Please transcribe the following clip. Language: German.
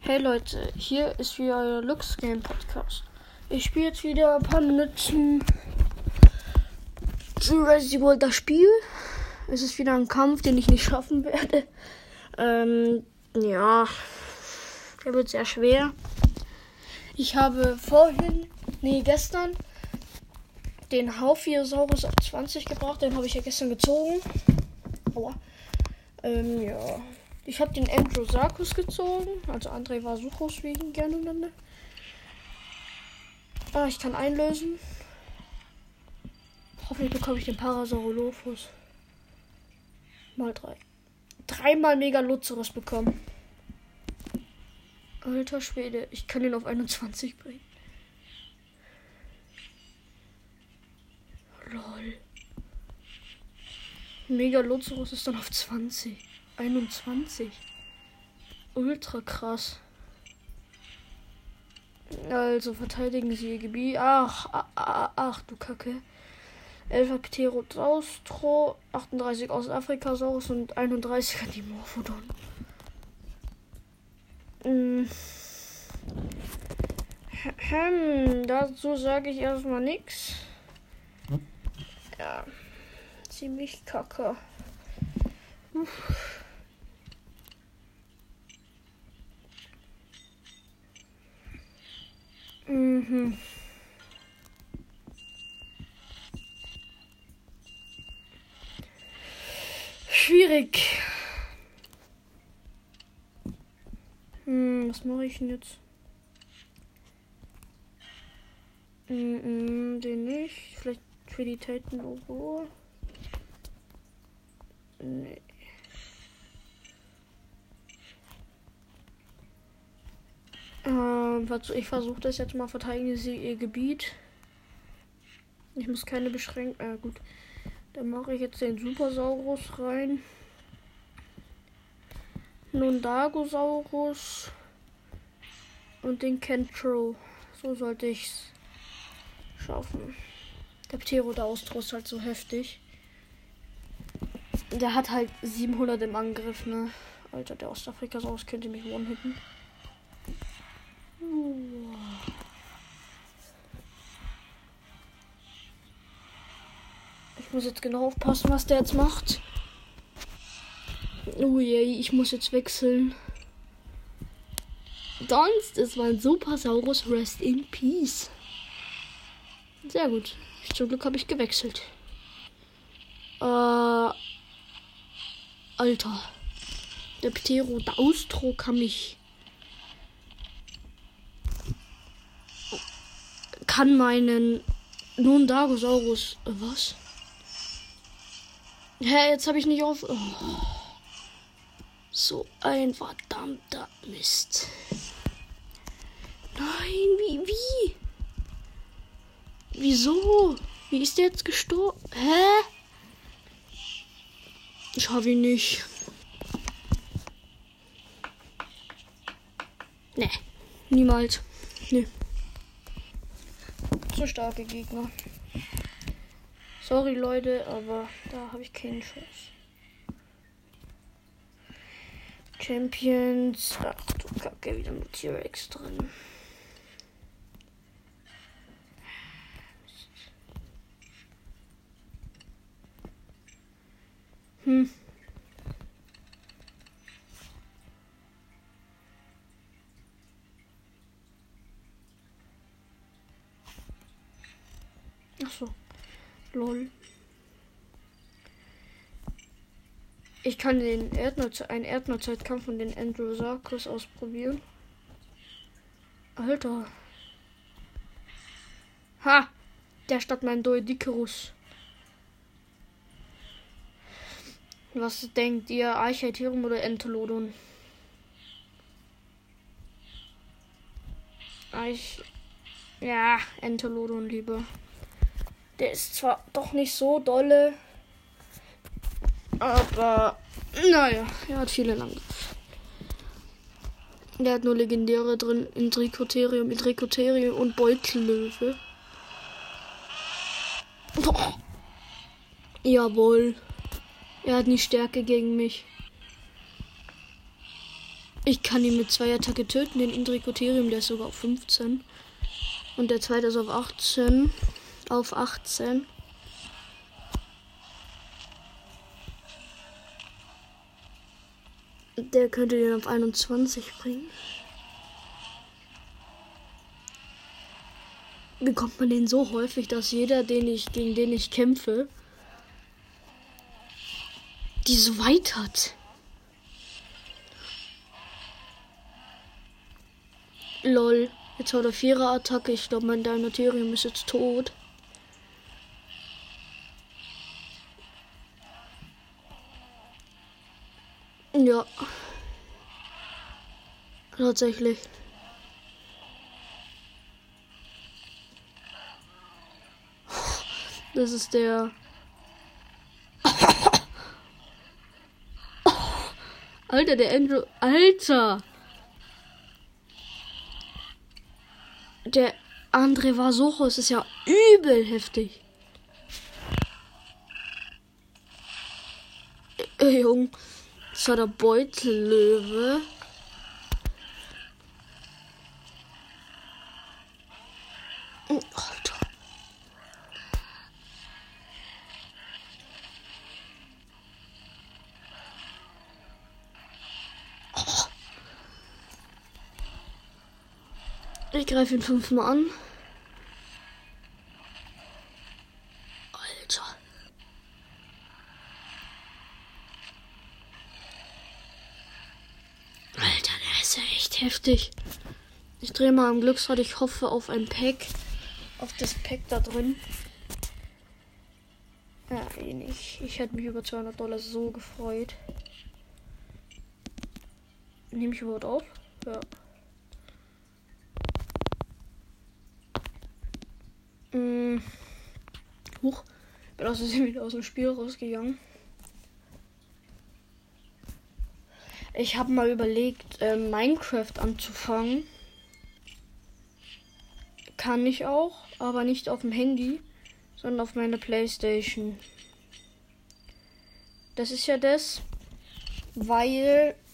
Hey Leute, hier ist wieder euer Lux Game Podcast. Ich spiele jetzt wieder ein paar Minuten Jurassic World das Spiel. Es ist wieder ein Kampf, den ich nicht schaffen werde. Ja, der wird sehr schwer. Ich habe gestern den Haufiosaurus auf 20 gebracht. Den habe ich ja gestern gezogen. Aua. Ja. Ich habe den Androsarchus gezogen. Also André war Suchos, wie ich ihn gerne nenne. Ich kann einlösen. Hoffentlich bekomme ich den Parasaurolophus. Mal 3. 3-mal Megaloceros bekommen. Alter Schwede, ich kann ihn auf 21 bringen. Lol. Megaloceros ist dann auf 20. 21. Ultra krass. Also verteidigen sie ihr Gebiet. Ach du Kacke. 11 Pterodaustro, 38 Ostafrikasaurus und 31 Dimorphodon. Dazu sage ich erstmal nichts. Ja, ziemlich kacke. Schwierig. Was mache ich denn jetzt? Den nicht. Vielleicht für die Titan-Logo. Nee. Ich versuche das jetzt mal, verteidigen sie ihr Gebiet. Ich muss keine Beschränkung. Gut. Dann mache ich jetzt den Supersaurus rein. Nundagosaurus. Und den Kentro. So sollte ich's schaffen. Der Pterodaustro ist halt so heftig. Der hat halt 700 im Angriff, ne? Alter, der Ostafrikasaurus könnte mich one-hitten. Ich muss jetzt genau aufpassen, was der jetzt macht. Oh je, ich muss jetzt wechseln. Sonst ist mein Supersaurus Rest in Peace. Sehr gut. Zum Glück habe ich gewechselt. Alter. Der Pterodaustro kann meinen Nundagosaurus. Was? Hä, jetzt habe ich nicht auf. Oh. So ein verdammter Mist. Nein, wie? Wieso? Wie ist der jetzt gestorben? Hä? Ich habe ihn nicht. Ne, niemals. Ne. Zu starke Gegner. Sorry Leute, aber da habe ich keine Chance. Champions. Ach du Kacke, wieder mit T-Rex drin. Ach so. Lol. Ich kann einen Erdneuzeit-Kampf von den Androsarchus ausprobieren. Alter. Ha! Der statt mein Doedicerus. Was denkt ihr? Archaetherum oder Entelodon? Ja, Entelodon lieber. Der ist zwar doch nicht so dolle, aber naja, er hat viele Angriff. Der hat nur Legendäre drin, Intricotherium und Beutellöwe. Oh. Jawohl. Er hat nie Stärke gegen mich. Ich kann ihn mit 2 Attacke töten. Den Indrikotherium, der ist sogar auf 15. Und der zweite ist auf 18. Auf 18. Der könnte den auf 21 bringen. Bekommt man den so häufig, dass jeder, gegen den ich kämpfe, die so weit hat. Lol. Jetzt hat er 4er Attacke. Ich glaube, mein Dinotherium ist jetzt tot. Ja. Tatsächlich. Das ist der... Alter, der Andrew... Alter! Der André Vasochos ist ja übel heftig. Junge. Das war der Beutellöwe. Alter. Ich greife ihn 5-mal an. Alter. Alter, der ist ja echt heftig. Ich drehe mal am Glücksrad. Ich hoffe auf ein Pack. Auf das Pack da drin. Ja, eh nicht. Ich hätte mich über $200 so gefreut. Nehme ich überhaupt auf? Ja. Huch. Bin aus Versehen wieder aus dem Spiel rausgegangen. Ich habe mal überlegt, Minecraft anzufangen. Kann ich auch, aber nicht auf dem Handy, sondern auf meiner PlayStation. Das ist ja das, weil